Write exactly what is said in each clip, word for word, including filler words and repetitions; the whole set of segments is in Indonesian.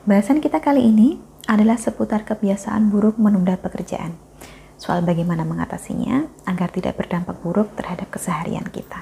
Bahasan kita kali ini adalah seputar kebiasaan buruk menunda pekerjaan. Soal bagaimana mengatasinya agar tidak berdampak buruk terhadap keseharian kita.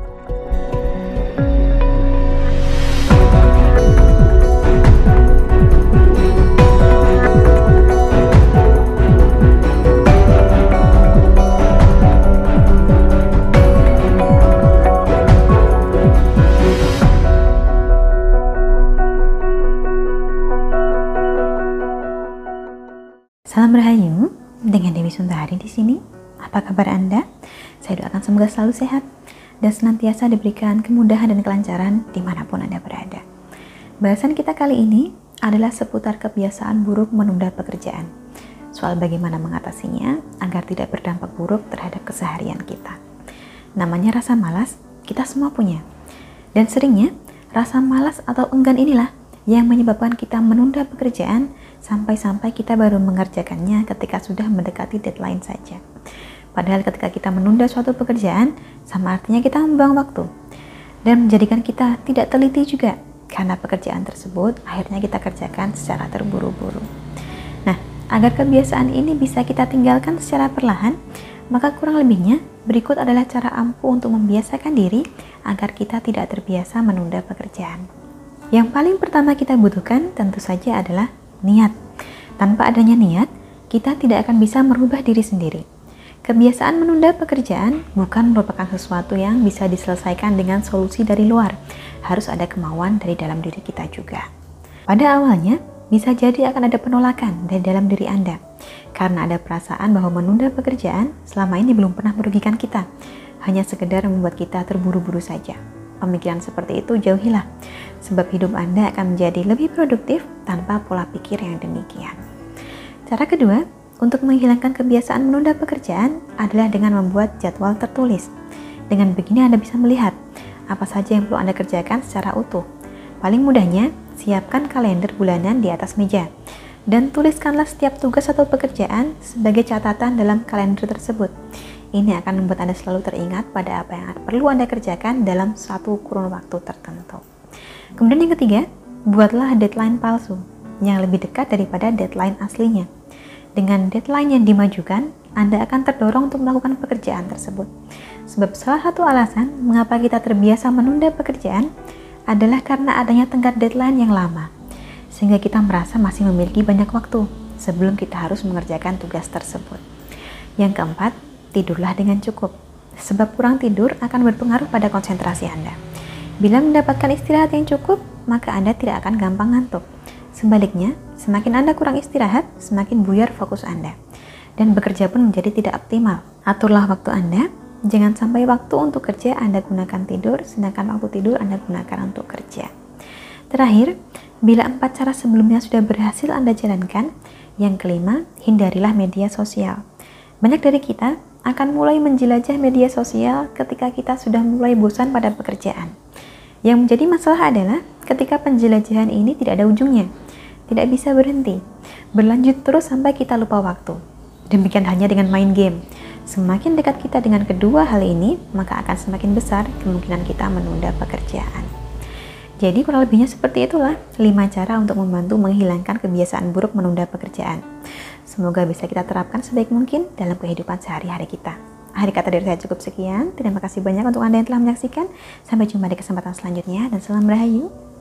Salam Rahayu, dengan Dewi Suntari di sini. Apa kabar Anda? Saya doakan semoga selalu sehat dan senantiasa diberikan kemudahan dan kelancaran dimanapun Anda berada. Bahasan kita kali ini adalah seputar kebiasaan buruk menunda pekerjaan. Soal bagaimana mengatasinya agar tidak berdampak buruk terhadap keseharian kita. Namanya rasa malas, kita semua punya. Dan seringnya, rasa malas atau enggan inilah yang menyebabkan kita menunda pekerjaan sampai-sampai kita baru mengerjakannya ketika sudah mendekati deadline saja. Padahal ketika kita menunda suatu pekerjaan, sama artinya kita membuang waktu dan menjadikan kita tidak teliti juga karena pekerjaan tersebut akhirnya kita kerjakan secara terburu-buru. Nah, agar kebiasaan ini bisa kita tinggalkan secara perlahan, maka kurang lebihnya berikut adalah cara ampuh untuk membiasakan diri agar kita tidak terbiasa menunda pekerjaan. Yang paling pertama kita butuhkan tentu saja adalah niat. Tanpa adanya niat, kita tidak akan bisa merubah diri sendiri. Kebiasaan menunda pekerjaan bukan merupakan sesuatu yang bisa diselesaikan dengan solusi dari luar. Harus ada kemauan dari dalam diri kita juga. Pada awalnya, bisa jadi akan ada penolakan dari dalam diri Anda. Karena ada perasaan bahwa menunda pekerjaan selama ini belum pernah merugikan kita. Hanya sekedar membuat kita terburu-buru saja. Pemikiran seperti itu jauhilah, sebab hidup Anda akan menjadi lebih produktif tanpa pola pikir yang demikian. Cara kedua, untuk menghilangkan kebiasaan menunda pekerjaan adalah dengan membuat jadwal tertulis. Dengan begini Anda bisa melihat apa saja yang perlu Anda kerjakan secara utuh. Paling mudahnya, siapkan kalender bulanan di atas meja dan tuliskanlah setiap tugas atau pekerjaan sebagai catatan dalam kalender tersebut. Ini akan membuat Anda selalu teringat pada apa yang perlu Anda kerjakan dalam satu kurun waktu tertentu. Kemudian yang ketiga, buatlah deadline palsu yang lebih dekat daripada deadline aslinya. Dengan deadline yang dimajukan, Anda akan terdorong untuk melakukan pekerjaan tersebut. Sebab salah satu alasan mengapa kita terbiasa menunda pekerjaan adalah karena adanya tenggat deadline yang lama. Sehingga kita merasa masih memiliki banyak waktu sebelum kita harus mengerjakan tugas tersebut. Yang keempat, tidurlah dengan cukup, sebab kurang tidur akan berpengaruh pada konsentrasi Anda. Bila mendapatkan istirahat yang cukup, maka Anda tidak akan gampang ngantuk. Sebaliknya, semakin Anda kurang istirahat, semakin buyar fokus Anda. Dan bekerja pun menjadi tidak optimal. Aturlah waktu Anda, jangan sampai waktu untuk kerja Anda gunakan tidur, sedangkan waktu tidur Anda gunakan untuk kerja. Terakhir, bila empat cara sebelumnya sudah berhasil Anda jalankan, yang kelima, hindarilah media sosial. Banyak dari kita akan mulai menjelajah media sosial ketika kita sudah mulai bosan pada pekerjaan. Yang menjadi masalah adalah ketika penjelajahan ini tidak ada ujungnya, tidak bisa berhenti, berlanjut terus sampai kita lupa waktu. Demikian hanya dengan main game. Semakin dekat kita dengan kedua hal ini, maka akan semakin besar kemungkinan kita menunda pekerjaan. Jadi kurang lebihnya seperti itulah lima cara untuk membantu menghilangkan kebiasaan buruk menunda pekerjaan. Semoga bisa kita terapkan sebaik mungkin dalam kehidupan sehari-hari kita. Akhir kata dari saya cukup sekian. Terima kasih banyak untuk Anda yang telah menyaksikan. Sampai jumpa di kesempatan selanjutnya dan salam Rahayu.